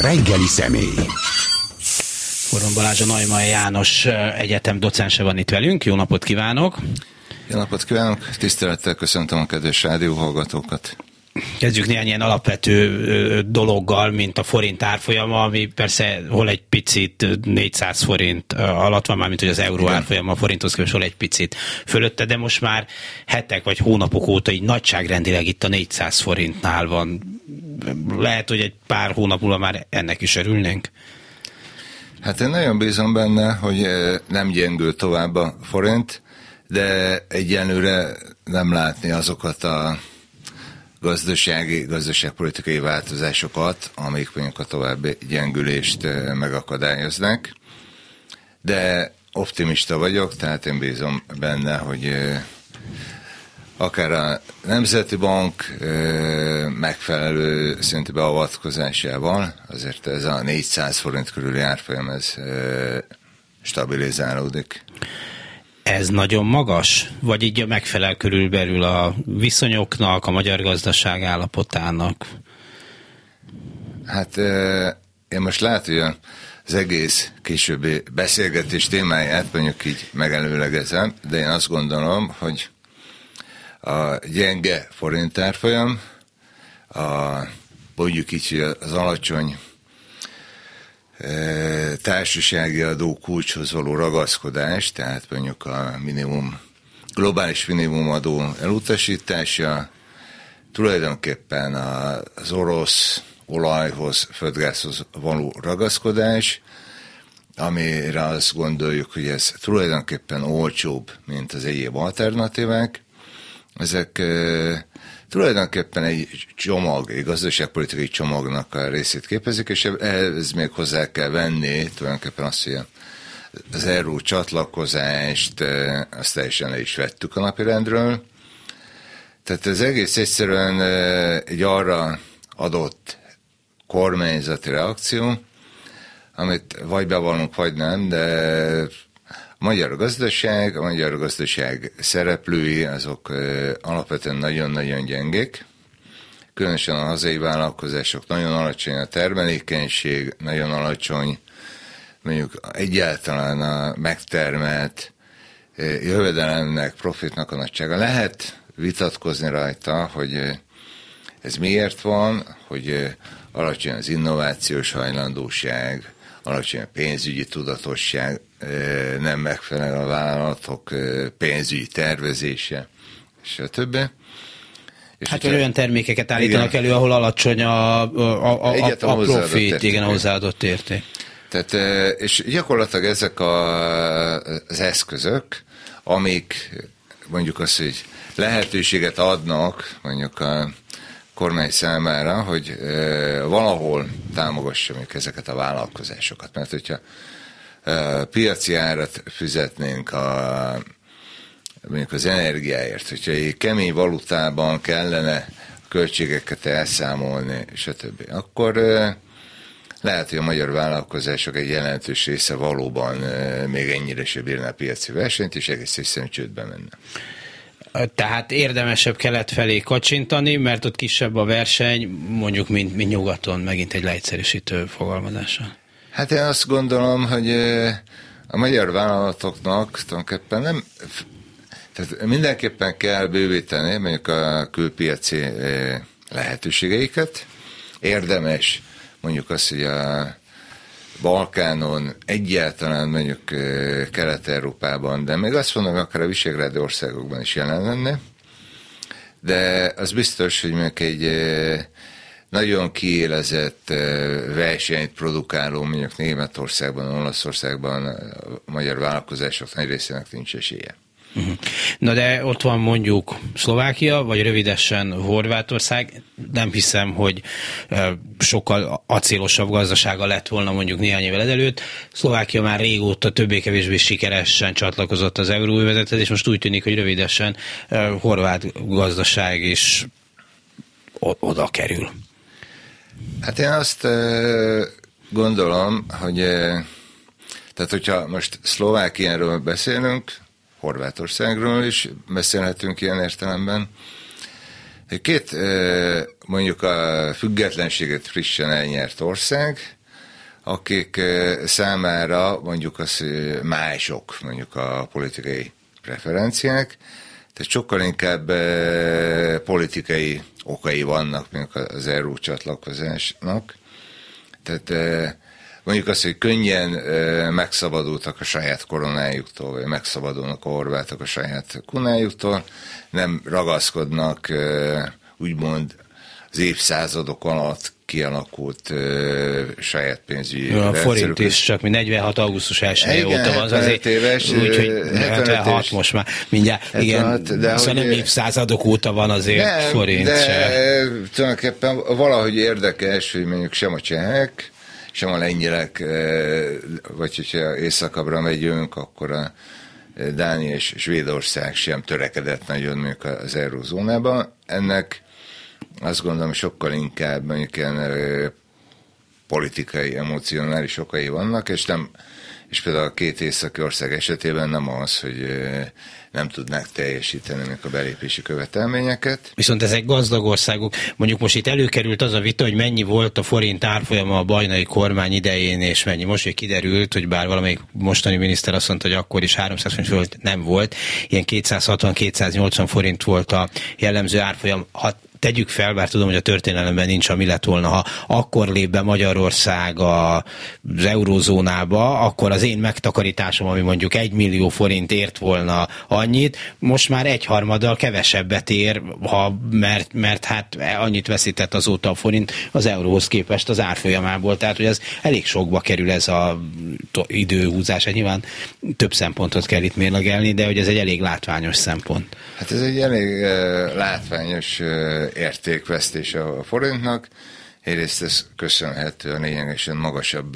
Reggeli személy. Forron Balázs, a Neumann János Egyetem docense van itt velünk. Jó napot kívánok! Jó napot kívánok! Tisztelettel köszöntöm a kedves rádióhallgatókat! Kezdjük néhány ilyen alapvető dologgal, mint a forint árfolyama, ami persze hol egy picit 400 forint alatt van, mármint hogy az euró árfolyama a forinthoz képest hol egy picit fölötte, de most már hetek vagy hónapok óta így nagyságrendileg itt a 400 forintnál van. Lehet, hogy egy pár hónap múlva már ennek is örülnénk. Hát én nagyon bízom benne, hogy nem gyengül tovább a forint, de egyenlőre nem látni azokat a gazdaságpolitikai változásokat, amik mondjuk a további gyengülést megakadályoznak. De optimista vagyok, tehát én bízom benne, hogy akár a Nemzeti Bank megfelelő szintű beavatkozásával, azért ez a 400 forint körüli árfolyam, ez stabilizálódik. Ez nagyon magas? Vagy így megfelel körülbelül a viszonyoknak, a magyar gazdaság állapotának? Hát én most látom, hogy az egész későbbi beszélgetés témáját mondjuk így megelőlegezem, de én azt gondolom, hogy a gyenge forint árfolyam, mondjuk így az alacsony társasági adó kulcshoz való ragaszkodás, tehát mondjuk a globális minimumadó elutasítása, tulajdonképpen az orosz olajhoz, földgázhoz való ragaszkodás, amire azt gondoljuk, hogy ez tulajdonképpen olcsóbb, mint az egyéb alternatívák. Ezek tulajdonképpen egy gazdaságpolitikai csomagnak a részét képezik, és ez még hozzá kell venni tulajdonképpen azt, hogy az euró csatlakozást azt teljesen le is vettük a napirendről. Tehát ez egész egyszerűen egy arra adott kormányzati reakció, amit vagy bevallunk, vagy nem, de a magyar gazdaság szereplői, azok alapvetően nagyon-nagyon gyengék. Különösen a hazai vállalkozások, nagyon alacsony a termelékenység, nagyon alacsony mondjuk egyáltalán a megtermelt jövedelemnek, profitnak a nagysága. Lehet vitatkozni rajta, hogy ez miért van, hogy alacsony az innovációs hajlandóság, alacsony a pénzügyi tudatosság, nem megfelel a vállalatok pénzügyi tervezése, és a többi. És hát olyan termékeket állítanak elő, ahol alacsony a profit, igen, a hozzáadott érték. Tehát, és gyakorlatilag ezek az eszközök, amik mondjuk azt, hogy lehetőséget adnak mondjuk a kormány számára, hogy valahol támogassa még ezeket a vállalkozásokat. Mert hogyha piaci árat fizetnénk mondjuk az energiáért, hogyha egy kemény valutában kellene a költségeket elszámolni, stb., akkor lehet, hogy a magyar vállalkozások egy jelentős része valóban még ennyire se bírná a piaci versenyt, és egész egyszerűen csődbe menne. Tehát érdemesebb kelet felé kacsintani, mert ott kisebb a verseny, mondjuk, mint nyugaton, megint egy leegyszerűsítő fogalmazással. Hát én azt gondolom, hogy a magyar vállalatoknak tulajdonképpen nem, tehát mindenképpen kell bővíteni mondjuk a külpiaci lehetőségeiket. Érdemes mondjuk azt, hogy a Balkánon, egyáltalán mondjuk Kelet-Európában, de még azt mondom, akár a visegrádi országokban is jelen lenne, de az biztos, hogy mondjuk egy nagyon kiélezett versenyt produkáló, mondjuk Németországban, Olaszországban a magyar vállalkozások nagy részének nincs esélye. Na de ott van mondjuk Szlovákia, vagy rövidesen Horvátország. Nem hiszem, hogy sokkal acélosabb gazdasága lett volna mondjuk néhány évvel ezelőtt. Szlovákia már régóta többé-kevésbé sikeresen csatlakozott az euróövezethez, és most úgy tűnik, hogy rövidesen horvát gazdaság is oda kerül. Hát én azt gondolom, hogy tehát hogyha most Szlovákiáról beszélünk, Horvátországról is beszélhetünk ilyen értelemben. Két mondjuk a függetlenséget frissen elnyert ország, akik számára mondjuk az mások mondjuk a politikai preferenciák, tehát sokkal inkább politikai okai vannak mondjuk az EU csatlakozásnak. Tehát mondjuk azt, hogy könnyen megszabadultak a saját koronájuktól, vagy megszabadulnak a horvátok a saját koronájuktól, nem ragaszkodnak úgymond az évszázadok alatt kialakult saját pénzügyi a forint is csak 46. augusztus 1 óta van azért, úgyhogy 76 most már mindjárt, 76, igen, de szóval nem évszázadok óta van azért nem, forint de se. Tulajdonképpen valahogy érdekes, hogy mondjuk sem a csehek, sem a lengyelek, vagy hogyha északabbra megyünk, akkor a Dánia és Svédország sem törekedett nagyon mondjuk az eurózónában. Ennek azt gondolom, sokkal inkább mondjuk ilyen politikai, emocionális okai vannak, és például a két északi ország esetében nem az, hogy nem tudnák teljesíteni a belépési követelményeket. Viszont ezek gazdag országok. Mondjuk most itt előkerült az a vita, hogy mennyi volt a forint árfolyama a bajnai kormány idején, és mennyi. Most, hogy kiderült, hogy bár valamelyik mostani miniszter azt mondta, hogy akkor is 300 forint volt, nem volt. Ilyen 260-280 forint volt a jellemző árfolyam. Tegyük fel, bár tudom, hogy a történelemben nincs, ami lett volna, ha akkor lép be Magyarország az eurózónába, akkor az én megtakarításom, ami mondjuk 1 millió forint ért volna annyit, most már 1/3 kevesebbet ér, mert hát annyit veszített azóta a forint az euróhoz képest az árfolyamából. Tehát, hogy ez elég sokba kerül ez az időhúzás. Nyilván több szempontot kell itt mérlegelni, de hogy ez egy elég látványos szempont. Hát ez egy elég látványos értékvesztés a forintnak. Egyrészt ez köszönhető a lényegesen magasabb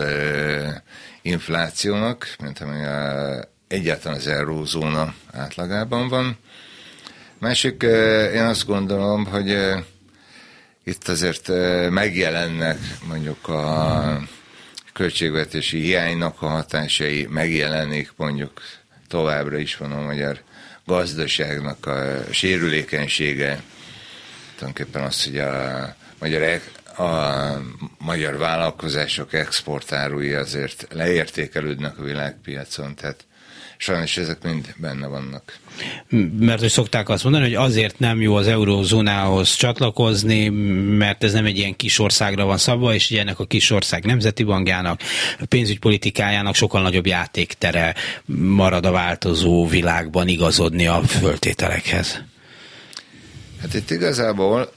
inflációnak, mint ami egyáltalán az eurózóna átlagában van. Másik, én azt gondolom, hogy itt azért megjelennek mondjuk a költségvetési hiánynak a hatásai, megjelenik mondjuk továbbra is van a magyar gazdaságnak a sérülékenysége, tulajdonképpen az, hogy a magyar vállalkozások exportárui azért leértékelődnek a világpiacon, tehát sajnos ezek mind benne vannak. Mert hogy szokták azt mondani, hogy azért nem jó az eurózónához csatlakozni, mert ez nem egy ilyen kis országra van szabva, és ennek a kis ország nemzeti bankjának, pénzügypolitikájának sokkal nagyobb játéktere marad a változó világban igazodni a föltételekhez. Hát itt igazából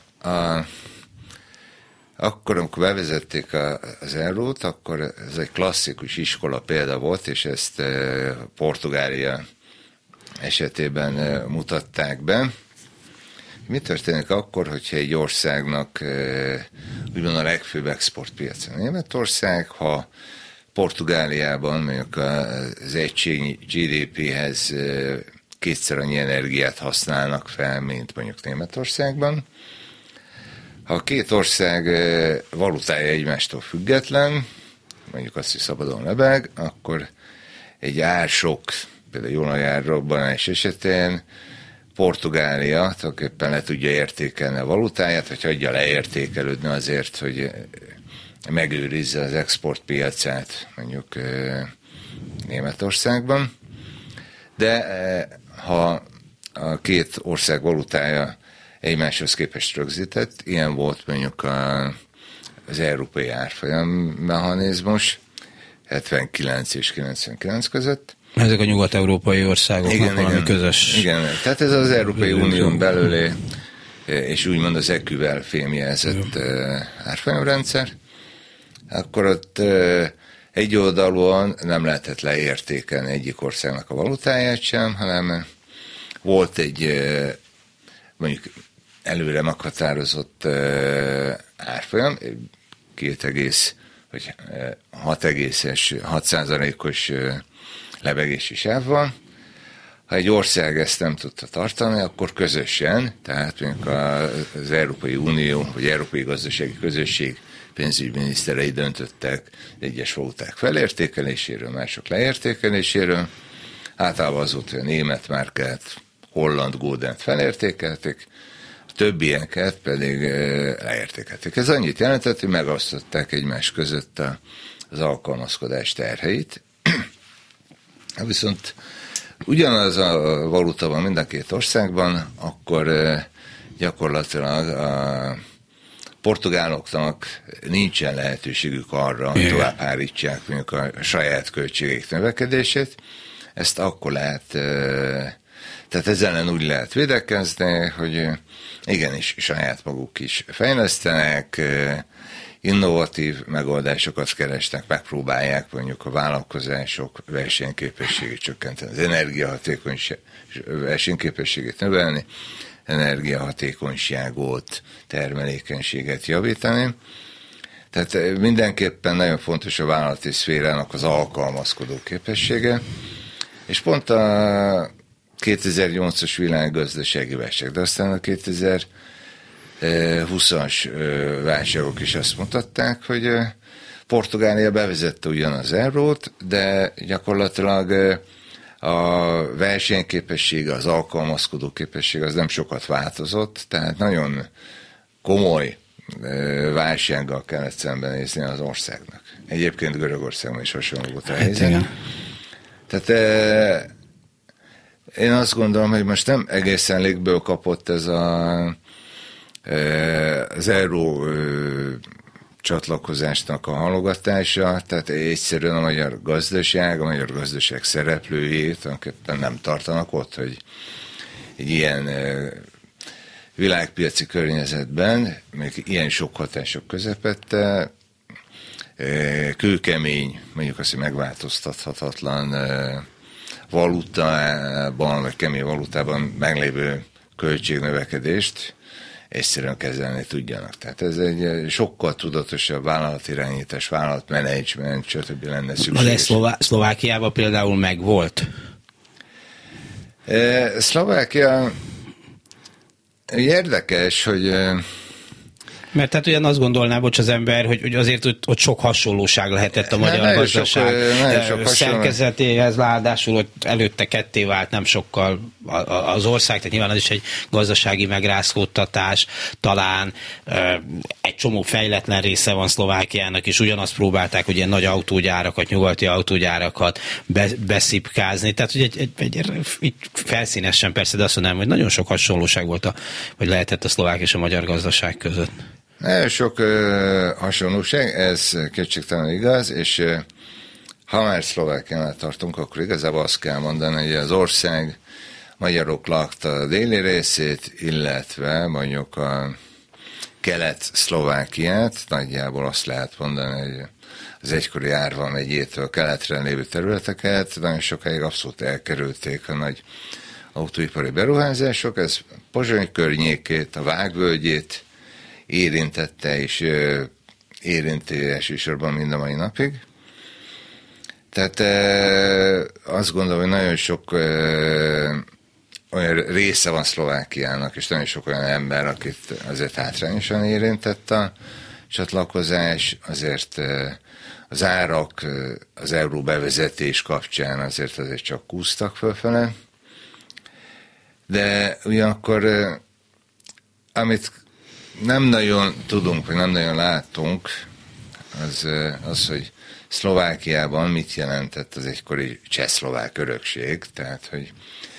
akkor, amikor bevezették az eurót, akkor ez egy klasszikus iskola példa volt, és ezt Portugália esetében mutatták be. Mi történik akkor, hogyha egy országnak úgymond a legfőbb exportpiaca Németország, ha Portugáliában mondjuk az egység GDP-hez kétszer annyi energiát használnak fel, mint mondjuk Németországban. Ha a két ország valutája egymástól független, mondjuk azt, hogy szabadon lebeg, akkor egy ársok, például olajárrobbanás esetén Portugália tulajdonképpen le tudja értékelni a valutáját, vagy hagyja leértékelődni azért, hogy megőrizze az exportpiacát mondjuk Németországban. De ha a két ország valutája egymáshoz képest rögzített, ilyen volt mondjuk az európai árfolyam mechanizmus 79 és 99 között. Ezek a nyugat-európai országoknak valami közös. Igen, tehát ez az Európai Unión belüli, és úgymond az EQ-vel fémjelzett árfolyamrendszer. Akkor ott egyoldalúan nem lehetett leértékelni egyik országnak a valutáját sem, hanem volt egy mondjuk előre meghatározott árfolyam, 6,6%-os lebegési sáv van. Ha egy ország ezt nem tudta tartani, akkor közösen, tehát mondjuk az Európai Unió, vagy Európai Gazdasági Közösség pénzügyminiszterei döntöttek egyes valuták felértékeléséről, mások leértékeléséről. Általában az volt, hogy a német márkát, holland gódent felértékelték, a többieket pedig leértékelték. Ez annyit jelentett, hogy megosztották egymás között az alkalmazkodás terheit. Viszont ugyanaz a valuta van mind a két országban, akkor gyakorlatilag a portugáloknak nincsen lehetőségük arra, hogy tovább hárítsák mondjuk a saját költségeik növekedését. Ezt akkor lehet, tehát ezzel ellen úgy lehet védekezni, hogy igenis saját maguk is fejlesztenek, innovatív megoldásokat keresnek, megpróbálják mondjuk a vállalkozások versenyképességét csökkenteni, az energiahatékonyság versenyképességét növelni, energiahatékonyságot, termelékenységet javítani. Tehát mindenképpen nagyon fontos a vállalati szférának az alkalmazkodó képessége, és pont a 2008-as világgazdasági válság, de aztán a 2020-as válságok is azt mutatták, hogy Portugália bevezette ugyan az eurót, de gyakorlatilag a versenyképessége, az alkalmazkodó képesség az nem sokat változott, tehát nagyon komoly válsággal kellett szembenézni az országnak. Egyébként Görögországban is hasonló volt a helyzet. Tehát én azt gondolom, hogy most nem egészen légből kapott ez az euró csatlakozásnak a halogatása, tehát egyszerűen a magyar gazdaság szereplőjét tulajdonképpen nem tartanak ott, hogy egy ilyen világpiaci környezetben, még ilyen sok hatások közepette, kőkemény, mondjuk azt, hogy megváltoztathatatlan valutában, vagy kemény valutában meglévő költségnövekedést egyszerűen kezelni tudjanak. Tehát ez egy sokkal tudatosabb vállalatirányítás, vállalatmenedzsment, stb. Lenne szükséges. De Szlovákiában például megvolt? Szlovákia érdekes, hogy mert tehát olyan azt gondolná, az ember, hogy azért ott sok hasonlóság lehetett a magyar gazdaság szerkezetéhez, ráadásul ott előtte ketté vált nem sokkal az ország, tehát nyilván az is egy gazdasági megrázkódtatás, talán egy csomó fejletlen része van Szlovákiának, és ugyanazt próbálták, hogy ilyen nagy autógyárakat, nyugati autógyárakat beszipkázni, tehát hogy egy felszínesen persze, de azt mondanám, hogy nagyon sok hasonlóság volt, vagy lehetett a szlovák és a magyar gazdaság között. Nagyon sok hasonlóság, ez kétségtelen igaz, és ha már Szlovákiánál tartunk, akkor igazából azt kell mondani, hogy az ország magyarok lakta a déli részét, illetve mondjuk a kelet-szlovákiát, nagyjából azt lehet mondani, hogy az egykori Árva megyétől keletre lévő területeket nagyon sokáig abszolút elkerülték a nagy autóipari beruházások, ez Pozsony környékét, a Vágvölgyét érintette, és érinti elsősorban mind a mai napig. Tehát azt gondolom, hogy nagyon sok olyan része van Szlovákiának, és nagyon sok olyan ember, akit azért hátrányosan érintett a csatlakozás, azért az árak az euró bevezetés kapcsán azért csak kúztak fölfele. De ugyanakkor, amit nem nagyon tudunk, vagy nem nagyon látunk, az, hogy Szlovákiában mit jelentett az egykori csehszlovák örökség, tehát, hogy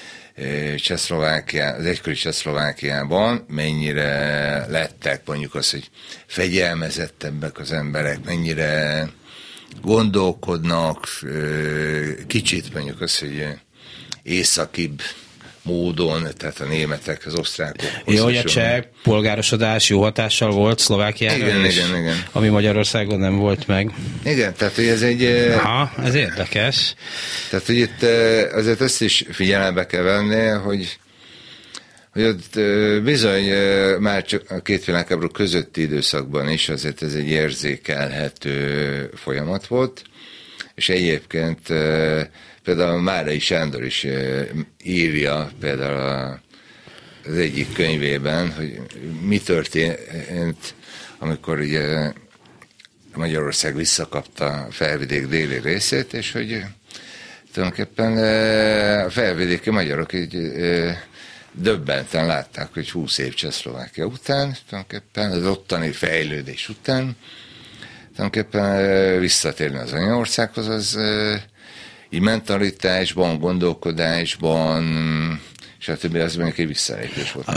az egykori Csehszlovákiában mennyire lettek mondjuk az, hogy fegyelmezettebbek az emberek, mennyire gondolkodnak, kicsit mondjuk az, hogy északibb módon, tehát a németek, az osztrákok. Jó, hogy a cseh polgárosodás jó hatással volt Szlovákiára, igen. Ami Magyarországon nem volt meg. Igen, tehát hogy ez egy... ez érdekes. Tehát, hogy itt azért ezt is figyelembe kell venni, hogy ott bizony már csak a két világháború közötti időszakban is azért ez egy érzékelhető folyamat volt, és egyébként például Márai Sándor is írja például az egyik könyvében, hogy mi történt, amikor ugye Magyarország visszakapta a felvidék déli részét, és hogy tulajdonképpen a felvidéki magyarok így döbbenten látták, hogy 20 év Csehszlovákia után, tulajdonképpen az ottani fejlődés után, tulajdonképpen visszatérni az anyaországhoz, az így mentalitásban, gondolkodásban, stb. Az mondjuk egy visszalépés volt.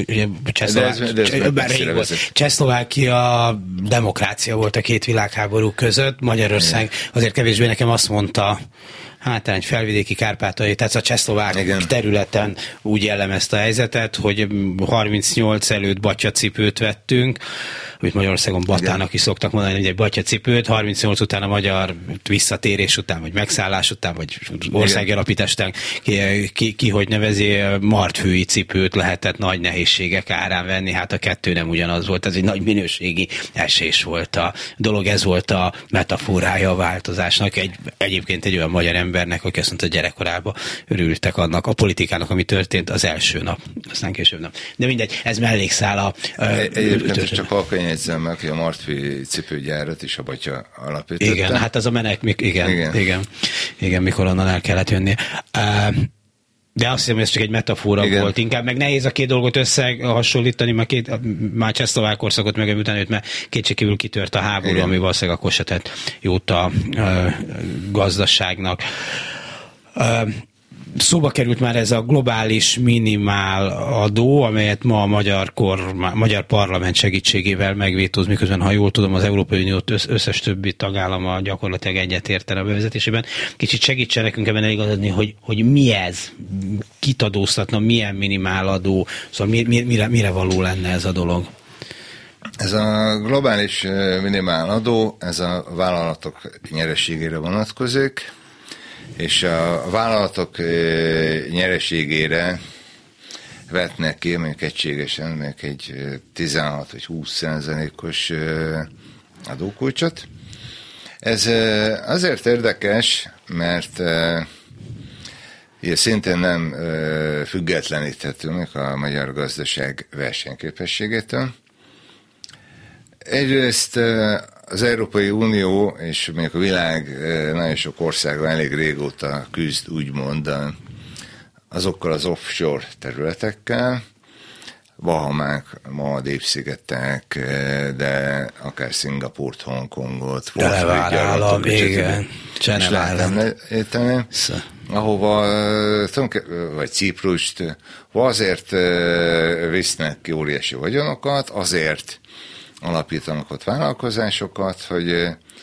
Csehszlovákia demokrácia volt a két világháború között, Magyarország azért kevésbé nekem azt mondta, hát egy felvidéki kárpátaljai, tehát a csehszlovák területen úgy jellemezte a helyzetet, hogy 38 előtt batyacipőt vettünk, amit Magyarországon batának is szoktak mondani, hogy egy batyacipőt, 38 után a magyar visszatérés után, vagy megszállás után, vagy országi alapítás után ki hogy nevezi, martfői cipőt lehetett nagy nehézségek árán venni, hát a kettő nem ugyanaz volt, ez egy nagy minőségi esés volt a dolog, ez volt a metaforája a változásnak, egyébként egy olyan magyar embernek, aki azt mondta, hogy gyerekkorában örültek annak a politikának, ami történt az első nap, aztán később nem. De mindegy, ez mellékszál a... Egyébként csak halkan jegyzem meg, hogy a martfői cipőgyárat is a batya alapította. Igen, hát az a menek, igen, mikor onnan el kellett jönni. De azt hiszem, hogy ez csak egy metafora volt inkább, meg nehéz a két dolgot összehasonlítani, már Csehszlovák korszakot megemlíteni, őt, mert kétségkívül kitört a háború, ami valószínűleg akkor se tett jót a gazdaságnak. Szóba került már ez a globális minimál adó, amelyet ma a magyar parlament segítségével megvétóz, miközben, ha jól tudom, az Európai Unió összes többi tagállama gyakorlatilag egyetértene a bevezetésében. Kicsit segítsen nekünk ebben eligazodni, hogy mi ez, kit adóztatna, milyen minimál adó, szóval mire való lenne ez a dolog? Ez a globális minimál adó, ez a vállalatok nyereségére vonatkozik, és a vállalatok nyereségére vetnek ki, mondjuk egységesen, mondjuk egy 16 vagy 20%-os adókulcsot. Ez azért érdekes, mert szintén nem függetleníthetünk a magyar gazdaság versenyképességétől. Egyrészt az Európai Unió és mondjuk a világ nagyon sok országa elég régóta küzd, úgymond, azokkal az offshore területekkel, Bahamák, Maldív-szigetek, de akár Szingapurt, Hongkongot, Delaware-állam, igen, Csenevállam, ahova, vagy Ciprust, azért visznek ki óriási vagyonokat, azért alapítanak ott vállalkozásokat, hogy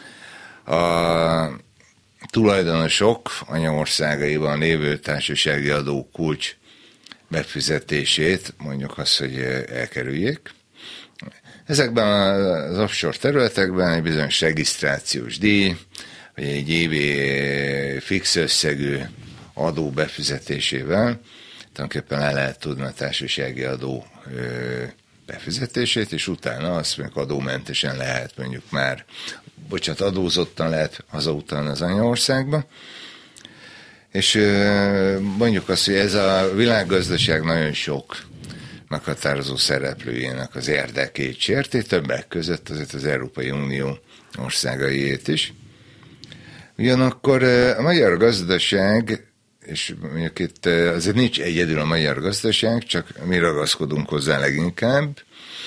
a tulajdonosok anyaországaiban lévő társasági adó kulcs befizetését, mondjuk azt, hogy elkerüljék. Ezekben az offshore területekben egy bizonyos regisztrációs díj, vagy egy évi fix összegű adó befizetésével tulajdonképpen le lehet tudni a társasági adó befizetését, és utána azt mondjuk adómentesen lehet adózottan lehet hazautalni az anyaországba. És mondjuk azt, hogy ez a világgazdaság nagyon sok meghatározó szereplőjének az érdekét sérti, többek között azért az Európai Unió országaiét is. Ugyanakkor a magyar gazdaság, és mondjuk itt azért nincs egyedül a magyar gazdaság, csak mi ragaszkodunk hozzá leginkább.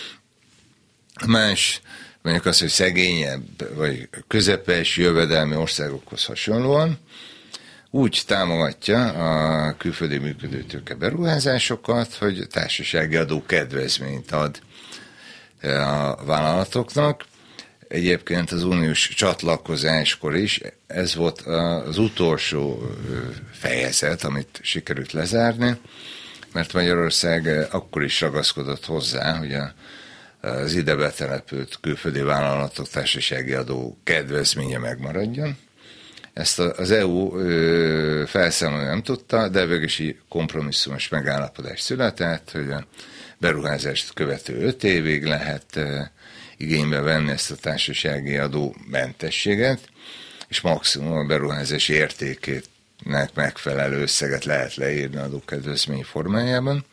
Más, mondjuk az, hogy szegényebb, vagy közepes jövedelmi országokhoz hasonlóan, úgy támogatja a külföldi működőtőke beruházásokat, hogy társasági adó kedvezményt ad a vállalatoknak. Egyébként az uniós csatlakozáskor is ez volt az utolsó fejezet, amit sikerült lezárni, mert Magyarország akkor is ragaszkodott hozzá, hogy az ide betelepült külföldi vállalatok társasági adó kedvezménye megmaradjon. Ezt az EU felszámolni nem tudta, de végülis kompromisszumos megállapodás született, hogy a beruházást követő 5 évig lehet igénybe venni ezt a társasági adó mentességet, és maximum a beruházás értékének megfelelő összeget lehet leírni adókedvezmény formájában.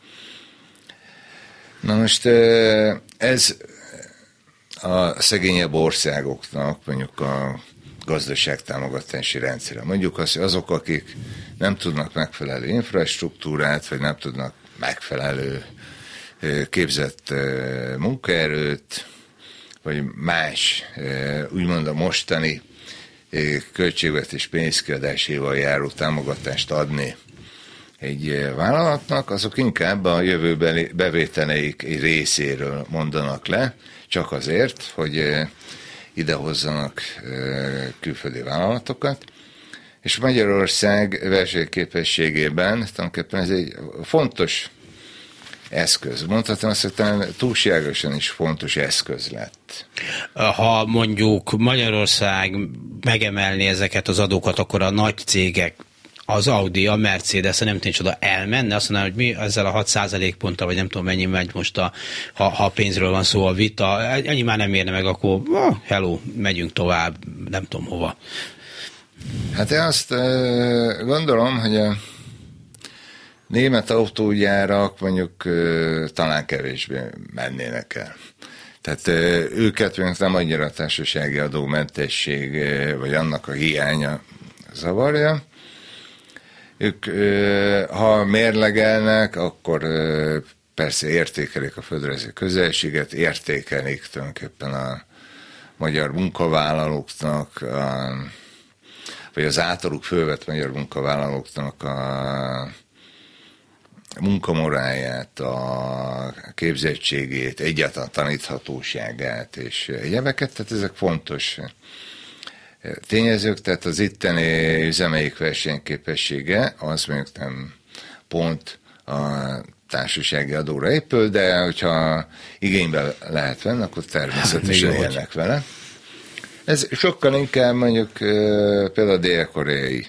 Na most ez a szegényebb országoknak mondjuk a gazdaságtámogatási rendszere. Mondjuk azt, hogy azok, akik nem tudnak megfelelő infrastruktúrát, vagy nem tudnak megfelelő képzett munkaerőt, vagy más, úgymond a mostani költségvetés pénzkiadásával járó támogatást adni egy vállalatnak, azok inkább a jövőbeli bevételeik egy részéről mondanak le, csak azért, hogy idehozzanak külföldi vállalatokat. És Magyarország versenyképességében tulajdonképpen ez egy fontos eszköz. Mondhatom azt, hogy talán túlságosan is fontos eszköz lett. Ha mondjuk Magyarország megemelni ezeket az adókat, akkor a nagy cégek, az Audi, a Mercedes, nem tudom, csoda, elmenne, azt mondaná, hogy mi ezzel a 6% ponttal, vagy nem tudom mennyi megy most, ha pénzről van szó a vita, ennyi már nem érne meg, akkor hello, megyünk tovább, nem tudom hova. Hát én azt gondolom, hogy a német autógyárak mondjuk talán kevésbé mennének el. Tehát őket nem annyira a társasági adómentesség, vagy annak a hiánya zavarja. Ők, ha mérlegelnek, akkor persze értékelik a földrajzi közelséget, értékelik tulajdonképpen a magyar munkavállalóknak, vagy az általuk fölvett magyar munkavállalóknak a munkamoráját, a képzettségét, egyáltalán taníthatóságát és egyebeket, tehát ezek fontos tényezők, tehát az itteni üzemeik versenyképessége az mondjuk nem pont a társasági adóra épül, de hogyha igénybe lehet venni, akkor természetesen élnek vele. Ez sokkal inkább mondjuk például a dél-koreai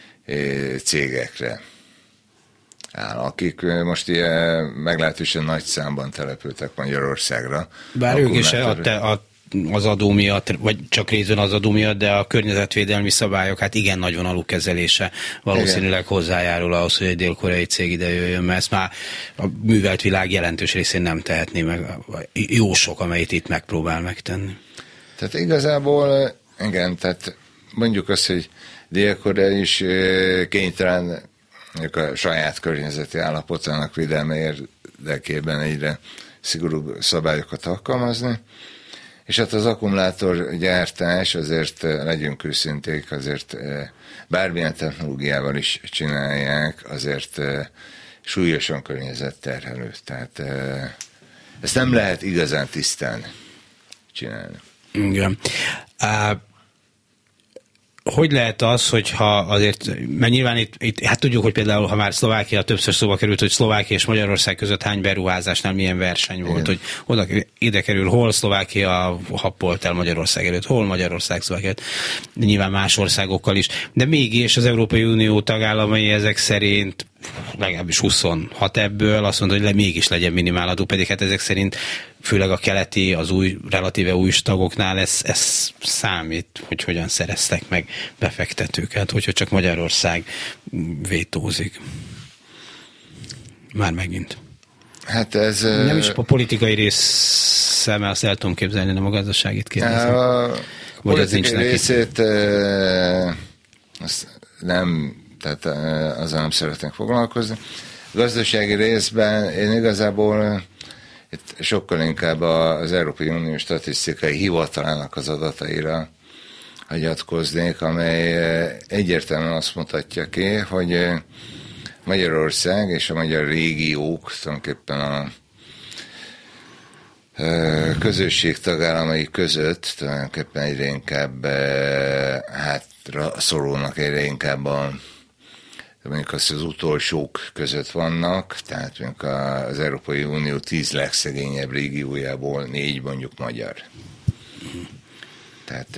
cégekre áll, akik most ilyen meglehetősen nagy számban települtek Magyarországra. Bár ők is az adó miatt, vagy csak részben az adó miatt, de a környezetvédelmi szabályok hát igen nagy vonalú kezelése valószínűleg hozzájárul ahhoz, hogy egy dél-koreai cég ide jöjjön, mert ezt már a művelt világ jelentős részén nem tehetné meg. Jó sok, amelyet itt megpróbál megtenni. Tehát igazából, igen, tehát mondjuk azt, hogy Dél-Korea is kénytelen a saját környezeti állapotának védelme érdekében egyre szigorúbb szabályokat alkalmazni, és hát az akkumulátorgyártás, azért legyünk őszinték, azért bármilyen technológiával is csinálják, azért súlyosan környezetterhelő. Tehát ezt nem lehet igazán tisztán csinálni. Igen. Hogy lehet az, hogyha azért, mert nyilván itt hát tudjuk, hogy például, ha már Szlovákia többször szóba került, hogy Szlovákia és Magyarország között hány beruházásnál milyen verseny volt, igen, hogy ide kerül, hol Szlovákia happolt el Magyarország előtt, hol Magyarország Szlovákia előtt, nyilván más országokkal is, de mégis az Európai Unió tagállamai ezek szerint legalábbis 26 ebből azt mondta, hogy mégis legyen minimáladó, pedig hát ezek szerint főleg a keleti, az új, relatíve új tagoknál ez számít, hogy hogyan szereztek meg befektetőket, hogyha csak Magyarország vétózik. Már megint. Hát ez... Nem is a politikai része, mert azt el tudom képzelni, nem a gazdaságit kérdezem. A politikai részét azt nem, tehát azzal nem szeretnék foglalkozni. A gazdasági részben én igazából itt sokkal inkább az Európai Unió Statisztikai Hivatalának az adataira hagyatkoznék, amely egyértelműen azt mutatja ki, hogy Magyarország és a magyar régiók tulajdonképpen a közösség tagállamai között tulajdonképpen egyre inkább hátra szorulnak, egyre inkább mondjuk az utolsók között vannak, tehát mondjuk az Európai Unió 10 legszegényebb régiójából 4 mondjuk magyar. Tehát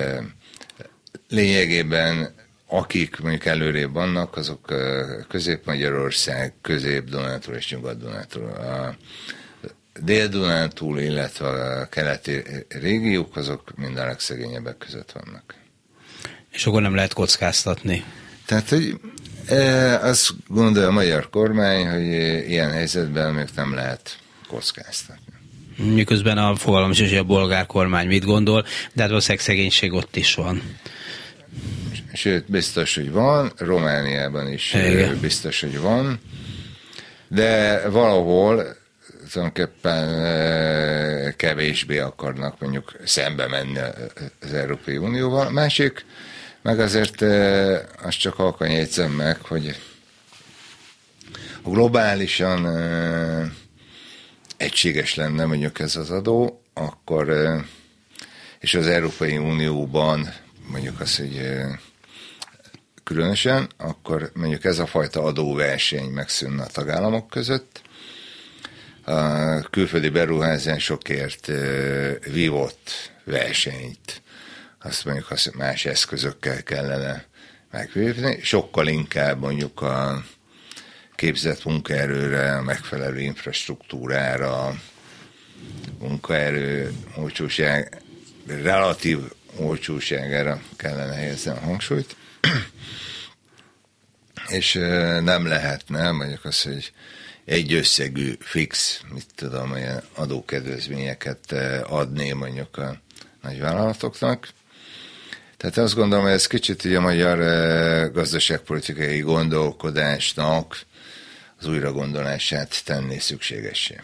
lényegében akik mondjuk előrébb vannak, azok Közép-Magyarország, Közép-Dunántúl és Nyugat-Dunántúl. A Dél-Dunántúl, illetve a keleti régiók, azok mind a legszegényebbek között vannak. És akkor nem lehet kockáztatni. Tehát, hogy azt gondolja a magyar kormány, hogy ilyen helyzetben még nem lehet kockáztatni. Miközben a fogalom is, hogy a bolgár kormány mit gondol, de hát valószínűleg szegénység ott is van. Sőt, biztos, hogy van, Romániában is biztos, hogy van. de valahol tulajdonképpen kevésbé akarnak mondjuk szembe menni az Európai Unióval. A másik, meg azért azt csak halkan jegyzem meg, hogy ha globálisan egységes lenne mondjuk ez az adó, akkor, és az Európai Unióban mondjuk azt, hogy különösen, akkor mondjuk ez a fajta adóverseny megszűnne a tagállamok között. A külföldi beruházásokért vívott versenyt, azt mondjuk azt más eszközökkel kellene megvívni, sokkal inkább mondjuk a képzett munkaerőre, a megfelelő infrastruktúrára, munkaerő olcsóság, relatív olcsóságára kellene helyezni a hangsúlyt, és nem lehetne mondjuk az, hogy egy összegű fix, mit tudom, olyan adókedvezményeket adni mondjuk a nagyvállalatoknak. Tehát azt gondolom, hogy ez kicsit így a magyar gazdaságpolitikai gondolkodásnak az újragondolását tenné szükségessé.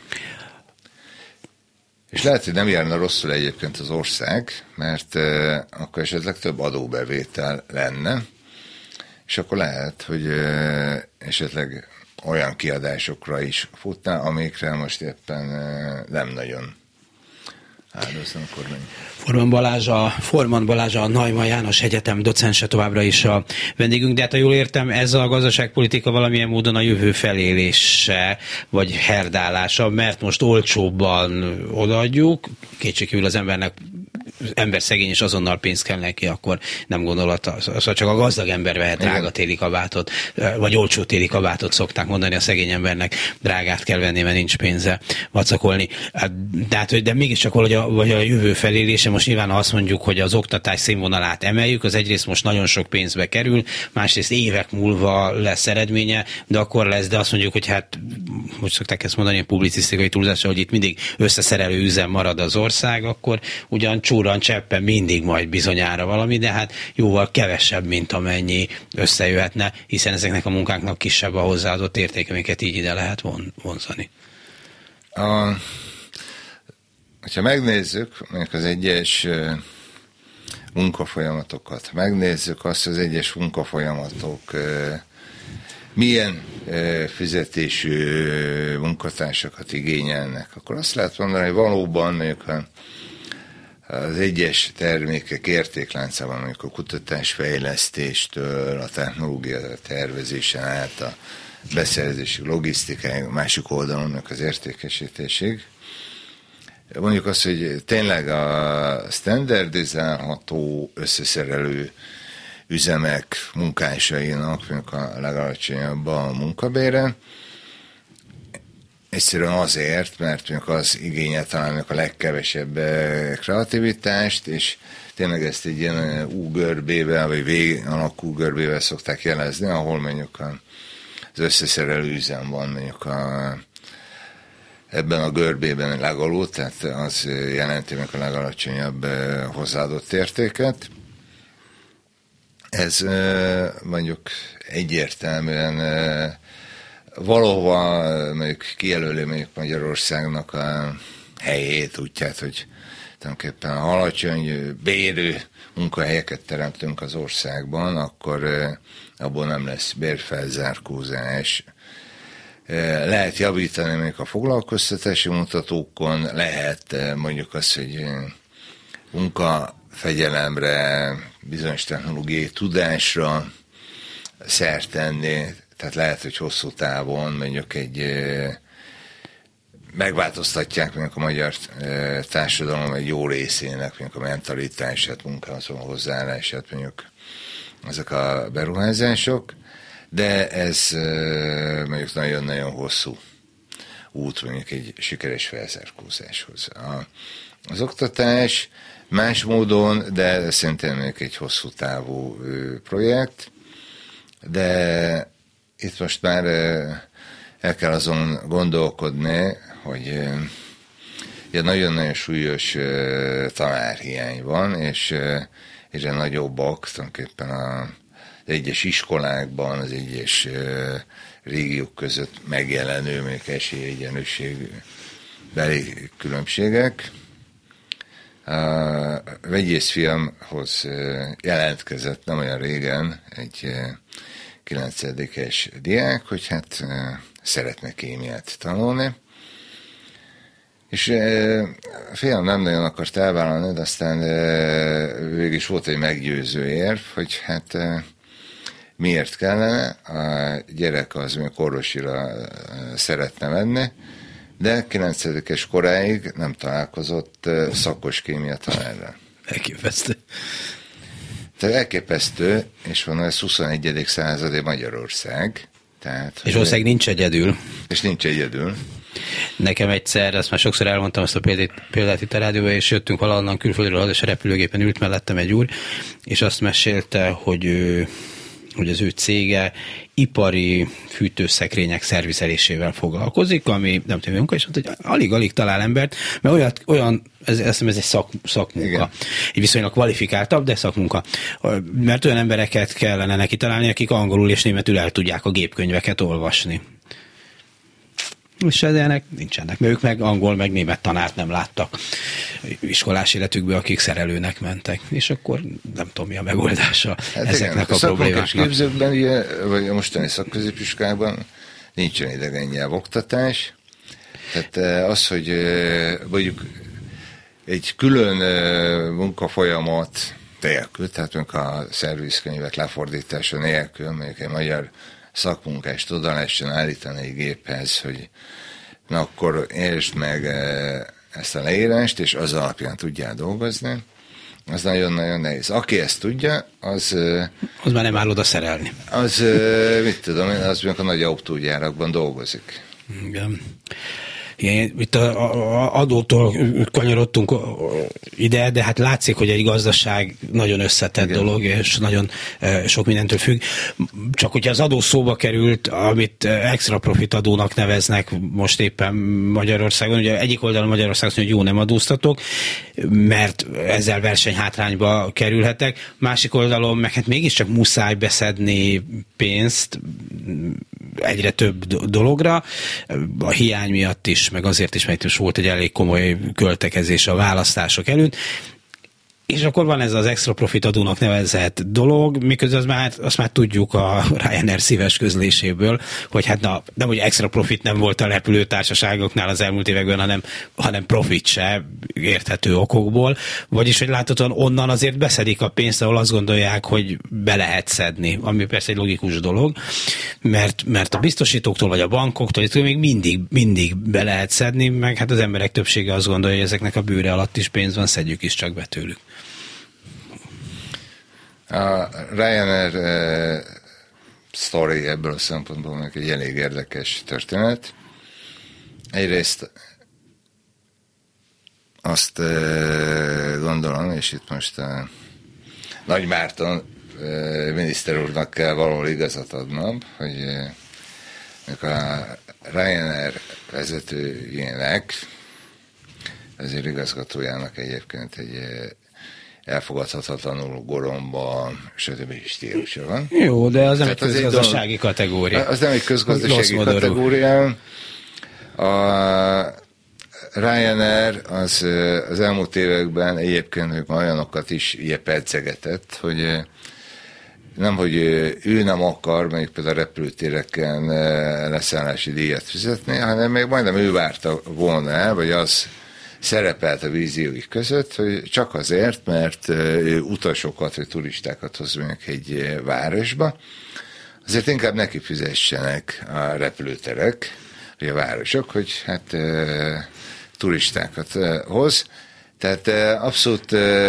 És lehet, hogy nem járna rosszul egyébként az ország, mert akkor esetleg több adóbevétel lenne, és akkor lehet, hogy esetleg olyan kiadásokra is futná, amikre most éppen nem nagyon áldoznak a kormány. Forman Balázs, a Neumann János Egyetem docense továbbra is a vendégünk, de hát ha jól értem, ez a gazdaságpolitika valamilyen módon a jövő felélése, vagy herdálása, mert most olcsóbban odaadjuk, kétségkívül az ember szegény és azonnal pénzt kell neki, akkor nem gondolata. Szóval csak a gazdag ember vehet drága téli kabátot, vagy olcsó téli kabátot szokták mondani, a szegény embernek drágát kell venni, mert nincs pénze vacakolni. De mégiscsak vagy a jövő felélése, most nyilván azt mondjuk, hogy az oktatás színvonalát emeljük, az egyrészt most nagyon sok pénzbe kerül, másrészt évek múlva lesz eredménye, de akkor lesz, de azt mondjuk, hogy hát, hogy szokták ezt mondani, a publicisztikai túlzással, hogy itt mindig összeszerelő üzem marad az ország, akkor ugyan csúran cseppen mindig majd bizonyára valami, de hát jóval kevesebb, mint amennyi összejöhetne, hiszen ezeknek a munkáknak kisebb a hozzáadott értéke, amiket így ide lehet vonzani. Ha megnézzük mondjuk az egyes munkafolyamatokat, megnézzük azt, hogy az egyes munkafolyamatok milyen fizetésű munkatársakat igényelnek, akkor azt lehet mondani, hogy valóban mondjuk az egyes termékek értékláncában, mondjuk a kutatásfejlesztéstől, a technológia tervezésen át, a beszerzési logisztikáig, másik oldalon az értékesítésig. Mondjuk azt, hogy tényleg a standardizálható összeszerelő üzemek munkásainak mondjuk a legalacsonyabb a munkabére, egyszerűen azért, mert mondjuk az igényel talán a legkevesebb kreativitást, és tényleg ezt egy ilyen U-görbével, vagy V-alakú görbével szokták jelezni, ahol mondjuk az összeszerelő üzem van mondjuk ebben a görbében legalul, tehát az jelenti meg a legalacsonyabb hozzáadott értéket. Ez mondjuk egyértelműen valahova mondjuk kijelöli mondjuk Magyarországnak a helyét, úgyhogy hogy tulajdonképpen a alacsony bérű munkahelyeket teremtünk az országban, akkor abból nem lesz bérfelzárkózás. Lehet javítani mondjuk a foglalkoztatási mutatókon, lehet mondjuk az, hogy munkafegyelemre, bizonyos technológiai tudásra szert tenni, tehát lehet, hogy hosszú távon mondjuk megváltoztatják mondjuk a magyar társadalom egy jó részének mondjuk a mentalitását, munkához hozzáállását mondjuk ezek a beruházások, de ez mondjuk nagyon-nagyon hosszú út mondjuk egy sikeres felzárkózáshoz. Az oktatás más módon, de szerintem mondjuk egy hosszú távú projekt, de itt most már el kell azon gondolkodni, hogy nagyon-nagyon súlyos tanárhiány van, és egyre nagyobbak tulajdonképpen egyes iskolákban, az egyes régiók között megjelenő, mondjuk esélyegyenlőség beli különbségek. A vegyészfiamhoz jelentkezett nem olyan régen egy 9-es diák, hogy hát szeretne kémiát tanulni, és a fiam nem nagyon akart elvállalni, de aztán végig is volt egy meggyőző érv, hogy hát miért kellene, a gyerek az még orvosira szeretne menni, de 9-es koráig nem találkozott szakos kémia tanárral. Elképesztő. Tehát elképesztő, és van ez 21. századi Magyarország. Tehát, és ország nincs egyedül. És nincs egyedül. Nekem egyszer, ezt már sokszor elmondtam, azt a példát itt a rádióban, és jöttünk valahonnan külföldről, és a repülőgépen ült mellettem egy úr, és azt mesélte, hogy az ő cége ipari fűtőszekrények szervizelésével foglalkozik, ami nem tudom, munka, és mondta, hogy alig-alig talál embert, mert olyan ez egy szakmunka. Igen. Egy viszonylag kvalifikáltabb, de szakmunka. Mert olyan embereket kellene neki találni, akik angolul és németül el tudják a gépkönyveket olvasni. És ennek nincsenek, mert ők meg angol, meg német tanárt nem láttak iskolás életükben, akik szerelőnek mentek. És akkor nem tudom, mi a megoldása ezeknek a problémáknak. A képzőkben, vagy a mostani szakközépiskolában nincsen idegen nyelvoktatás. Tehát az, hogy mondjuk egy külön munkafolyamat nélkül, tehát mondjuk a szervizkönyvek lefordítása nélkül, mondjuk egy magyar szakmunkást oda lehessen állítani egy géphez, hogy na akkor értsd meg ezt a leírást, és az alapján tudjál dolgozni, az nagyon-nagyon nehéz. Aki ezt tudja, az már nem áll oda szerelni. Az, mit tudom én, az mondjuk a nagy autógyárakban dolgozik. Igen. Itt adótól kanyarodtunk ide, de hát látszik, hogy egy gazdaság nagyon összetett dolog, és nagyon sok mindentől függ. Csak hogyha az adó szóba került, amit extra profit adónak neveznek most éppen Magyarországon, ugye egyik oldalon Magyarországon, hogy jó, nem adóztatok, mert ezzel versenyhátrányba kerülhetek, másik oldalon meg hát mégiscsak muszáj beszedni pénzt egyre több dologra, a hiány miatt is, meg azért is, mert is volt egy elég komoly költekezés a választások előtt, és akkor van ez az extra profit adónak nevezett dolog, miközben azt már tudjuk a Ryanair szíves közléséből, hogy hát nem, hogy extra profit nem volt a repülőtársaságoknál az elmúlt években, hanem profit se érthető okokból, vagyis, hogy láthatóan onnan azért beszedik a pénzt, ahol azt gondolják, hogy be lehet szedni, ami persze egy logikus dolog, mert a biztosítóktól vagy a bankoktól még mindig be lehet szedni, meg hát az emberek többsége azt gondolja, hogy ezeknek a bőre alatt is pénz van, szedjük is csak be tőlük. A Ryanair sztori ebből a szempontból meg egy elég érdekes történet. Egyrészt azt gondolom, és itt most a Nagy Márton miniszter úrnak kell valahol igazat adnom, hogy a Ryanair vezetőjének, ezért igazgatójának egyébként egy elfogadhatatlanul goromba, stb. Stílusa van. Jó, de az nem egy közgazdasági kategória. Az nem egy közgazdasági kategória. A Ryanair az elmúlt években egyébként olyanokat is pedzegetett, hogy nem, hogy ő nem akar, mondjuk például a repülőtéreken leszállási díjat fizetni, hanem még majdnem ő várta volna el, vagy az szerepelt a vízióik között, hogy csak azért, mert utasokat vagy turistákat hoz mondjuk egy városba, azért inkább neki fizessenek a repülőterek, vagy a városok, hogy hát turistákat hoz. Tehát abszolút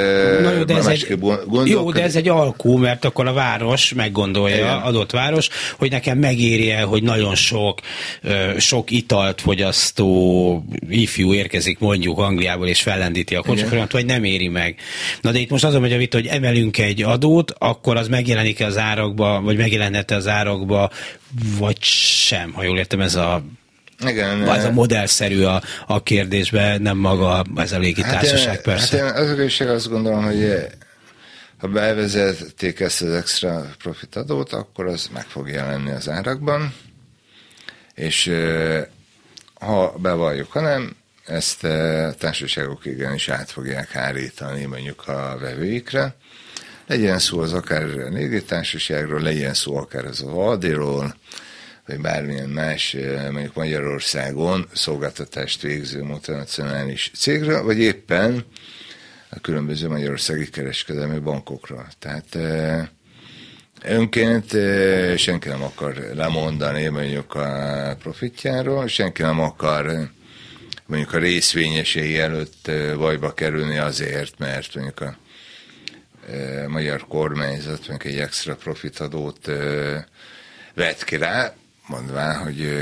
jó, de ez egy alkú, mert akkor a város meggondolja, adott város, hogy nekem megéri-e, hogy nagyon sok italt fogyasztó ifjú érkezik mondjuk Angliából és fellendíti a kocsiforgalmat, vagy nem éri meg. Na de itt most azon megy a vita, hogy emelünk egy adót, akkor az megjelenik-e az árakba, vagy megjelenhet-e az árakba, vagy sem, ha jól értem, ez a igen, ez a modellszerű a kérdésben, nem maga ez a légitársaság, persze. Hát én az azt gondolom, Ha bevezették ezt az extra profit adót, akkor az meg fog jelenni az árakban, és ha bevalljuk, hanem ezt a társaságok igenis át fogják hárítani mondjuk a vevőikre. Legyen szó az akár a légitársaságról, legyen szó akár az Aldiról, vagy bármilyen más, mondjuk Magyarországon szolgáltatást végző multinacionális cégről, vagy éppen a különböző magyarországi kereskedelmi bankokra. Tehát önként senki nem akar lemondani mondjuk a profitjáról, senki nem akar mondjuk a részvényesei előtt bajba kerülni azért, mert mondjuk a magyar kormányzat mondjuk egy extra profitadót vett ki rá, mondván, hogy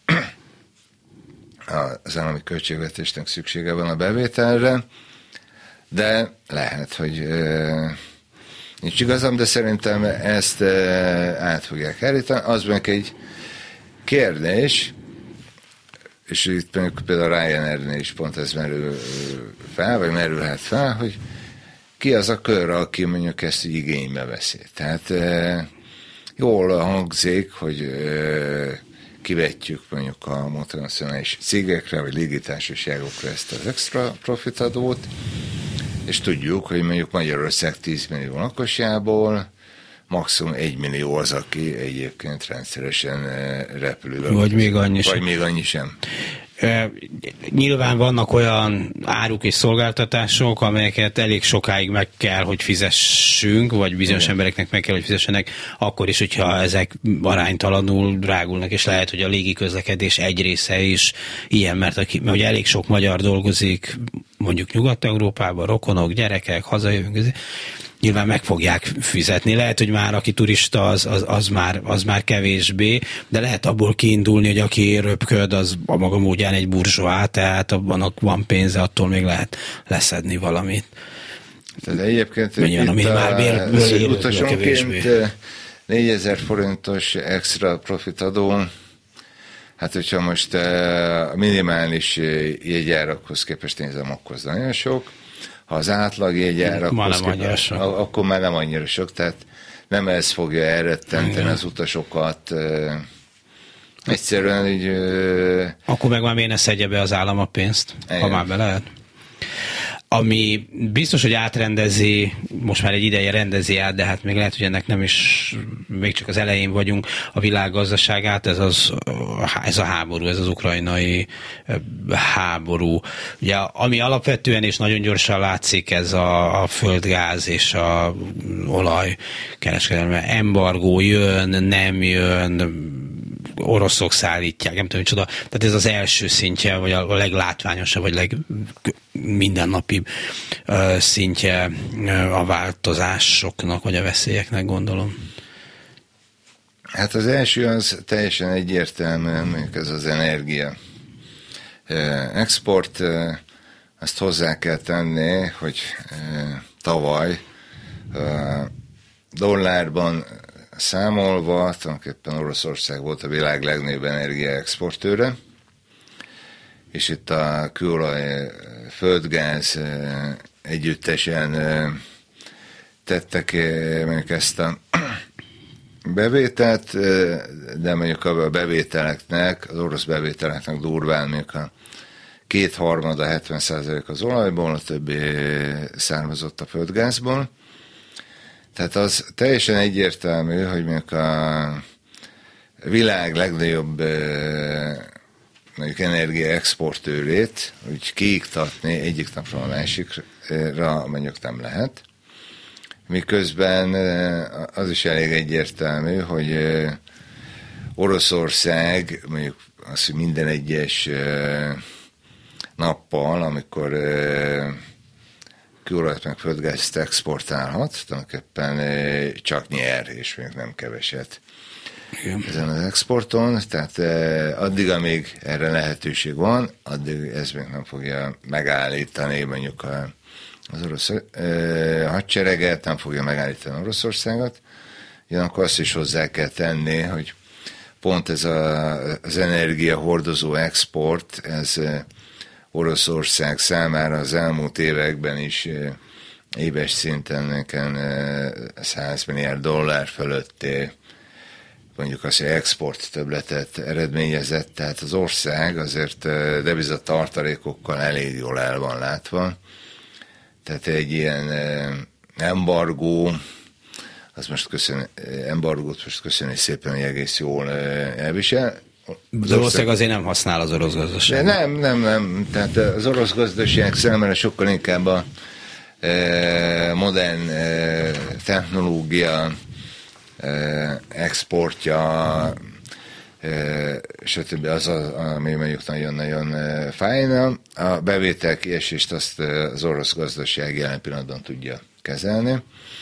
az állami költségvetésnek szüksége van a bevételre, de lehet, hogy nincs igazam, de szerintem ezt át fogják állítani. Az meg egy kérdés, és itt például Ryanairnél is pont ez merül fel, vagy merülhet fel, hogy ki az a kör, aki mondjuk ezt így igénybe veszi. Tehát jól hangzik, hogy kivetjük mondjuk a multinacionális cégekre, vagy légitársaságokra ezt az extra profitadót, és tudjuk, hogy mondjuk Magyarország 10 millió lakosjából maximum 1 millió az, aki egyébként rendszeresen repül. Vagy még annyi sem. Vagy még annyi sem. Nyilván vannak olyan áruk és szolgáltatások, amelyeket elég sokáig meg kell, hogy fizessünk, vagy bizonyos embereknek meg kell, hogy fizessenek, akkor is, hogyha ezek aránytalanul drágulnak, és lehet, hogy a légiközlekedés egy része is ilyen, mert ugye elég sok magyar dolgozik, mondjuk Nyugat-Európában, rokonok, gyerekek, hazajövünk, nyilván meg fogják fizetni. Lehet, hogy már aki turista, az már kevésbé, de lehet abból kiindulni, hogy aki röpköd, az a maga módján egy burzsóá, tehát abban van pénze, attól még lehet leszedni valamit. Tehát egyébként utasonként 4000 forintos extra profit adó, hát hogyha most a minimális jegyárakhoz képest nézem, akkor az nagyon sok. Ha az átlag jegyárakhoz képest, akkor már nem annyira sok, tehát nem ez fogja elrettenteni az utasokat. Egyszerűen így... Akkor meg már miért ne szedje be az állam a pénzt, ha már be lehet? Ami biztos, hogy átrendezi, most már egy ideje rendezi át, de hát még lehet, hogy ennek nem is, még csak az elején vagyunk, a világgazdaságát, ez a háború, ez az ukrajnai háború. Ugye, ami alapvetően és nagyon gyorsan látszik, ez a földgáz és a olaj kereskedelme. Embargó jön, nem jön, oroszok szállítják, nem tudom, micsoda. Tehát ez az első szintje, vagy a leglátványosabb, vagy mindennapi szintje a változásoknak, vagy a veszélyeknek, gondolom. Hát az első az teljesen egyértelmű, mondjuk ez az energia export. Azt hozzá kell tenni, hogy tavaly dollárban számolva, tulajdonképpen Oroszország volt a világ legnagyobb energiaexportőre, és itt a kőolaj, földgáz együttesen tettek mondjuk ezt a bevételt, de mondjuk a bevételeknek, az orosz bevételeknek durván mondjuk a 2/3, 70% az olajból, a többi származott a földgázból. Tehát az teljesen egyértelmű, hogy mondjuk a világ legnagyobb mondjuk energiaexportőrét úgy kiiktatni egyik napról a másikra mondjuk nem lehet. Miközben az is elég egyértelmű, hogy Oroszország mondjuk az, hogy minden egyes nappal, amikor kőolajat meg földgázt exportálhat, tulajdonképpen csak nyer, és még nem keveset. Igen. Ezen az exporton, tehát addig, amíg erre lehetőség van, addig ez még nem fogja megállítani mondjuk az orosz hadsereget, nem fogja megállítani Oroszországot. Ugyanakkor azt is hozzá kell tenni, hogy pont ez az energiahordozó export, ez Oroszország számára az elmúlt években is éves szinten $100 milliárd fölötti, mondjuk azt, hogy export többletet eredményezett, tehát az ország azért devizatartalékokkal elég jól el van látva. Tehát egy ilyen embargó, embargót most köszönni szépen, hogy egész jól elvisel. Az ország azért nem használ az orosz gazdaság. Nem. Tehát az orosz gazdaság számára sokkal inkább a modern technológia exportja, stb. Az, ami mondjuk nagyon-nagyon fájna. A bevétel kiesést azt az orosz gazdaság jelen pillanatban tudja kezelni.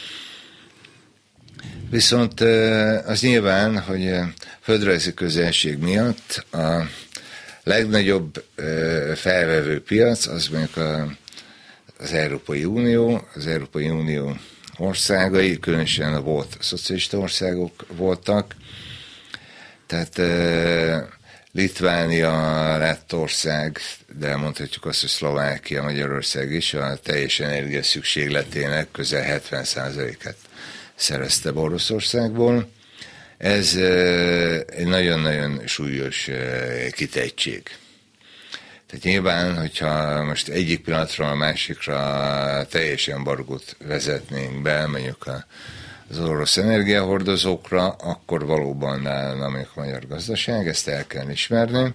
Viszont az nyilván, hogy földrajzi közelség miatt a legnagyobb felvevő piac az mondjuk az Európai Unió, országai, különösen a volt szocialista országok voltak, tehát Litvánia, Lettország, de mondhatjuk azt, hogy Szlovákia, Magyarország is a teljes energia szükségletének közel 70%-át szerezte Oroszországból. Ez egy nagyon-nagyon súlyos kitettség. Tehát nyilván, hogyha most egyik pillanatról a másikra teljes embargót vezetnénk be, mondjuk az orosz energiahordozókra, akkor valóban állna még a magyar gazdaság, ezt el kell ismerni.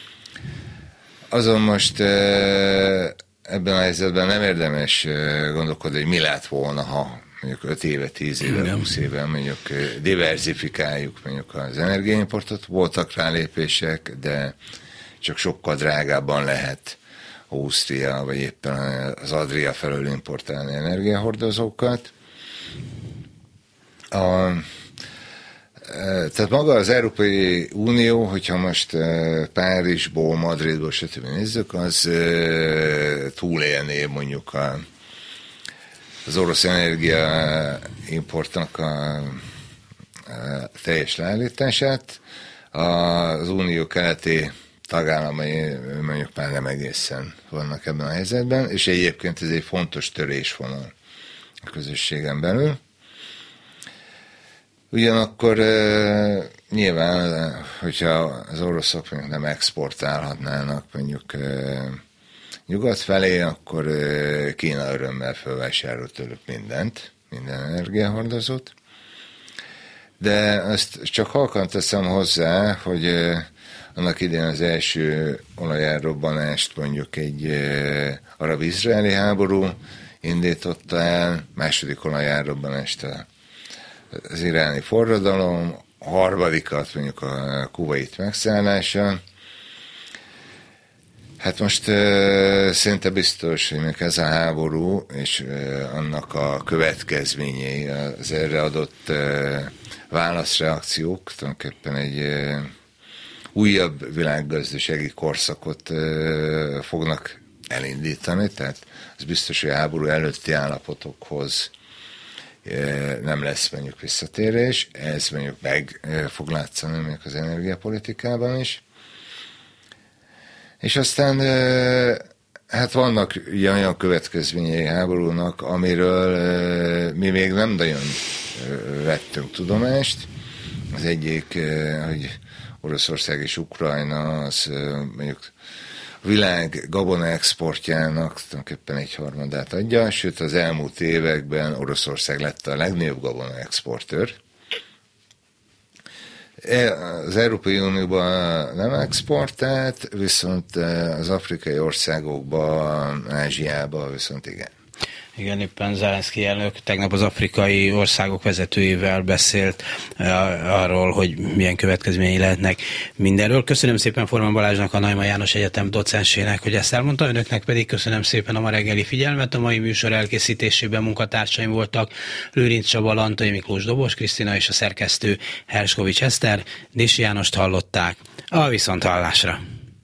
Azon most ebben a helyzetben nem érdemes gondolkodni, hogy mi lett volna, ha mondjuk 5 éve, 10 éve, 20 éve mondjuk diverzifikáljuk mondjuk az energiaimportot. Voltak rá lépések, de csak sokkal drágábban lehet Ausztria, vagy éppen az Adria felől importálni energiahordozókat. Tehát maga az Európai Unió, hogyha most Párizsból, Madridból, stb. Nézzük, az túlélné mondjuk az orosz energiaimportnak a teljes leállítását. Az unió keleti tagállamai mondjuk már nem egészen vannak ebben a helyzetben, és egyébként ez egy fontos törésvonal a közösségen belül. Ugyanakkor nyilván, hogyha az oroszok mondjuk nem exportálhatnának mondjuk nyugat felé, akkor Kína örömmel felvásárol tőlük minden energiahordozót. De azt csak halkan teszem hozzá, hogy annak idején az első olajárrobbanást mondjuk egy arab-izraeli háború indította el, második olajárrobbanást az iráni forradalom, a harmadikat mondjuk a Kuvait megszállása. Hát most szinte biztos, hogy még ez a háború és annak a következményei, az erre adott válaszreakciók tulajdonképpen egy újabb világgazdasági korszakot fognak elindítani, tehát ez biztos, hogy a háború előtti állapotokhoz nem lesz mondjuk visszatérés, ez mondjuk meg fog látszani mondjuk az energiapolitikában is. És aztán hát vannak olyan következményei háborúnak, amiről mi még nem nagyon vettünk tudomást. Az egyik, hogy Oroszország és Ukrajna az mondjuk a világ gabona exportjának tulajdonképpen 1/3 adja, sőt az elmúlt években Oroszország lett a legnagyobb gabona exportőr. Az Európai Unióban nem exportált, viszont az afrikai országokban, Ázsiában viszont igen. Igen, éppen Zelenszky elnök tegnap az afrikai országok vezetőivel beszélt arról, hogy milyen következményei lehetnek mindenről. Köszönöm szépen Forman Balázsnak, a Neumann János Egyetem docensének, hogy ezt elmondta, önöknek pedig köszönöm szépen a ma reggeli figyelmet. A mai műsor elkészítésében munkatársaim voltak Lőrinc Csaba, Lantai Miklós, Dobos Krisztina és a szerkesztő Herskovics Eszter. Dési Jánost hallották. A viszonthallásra!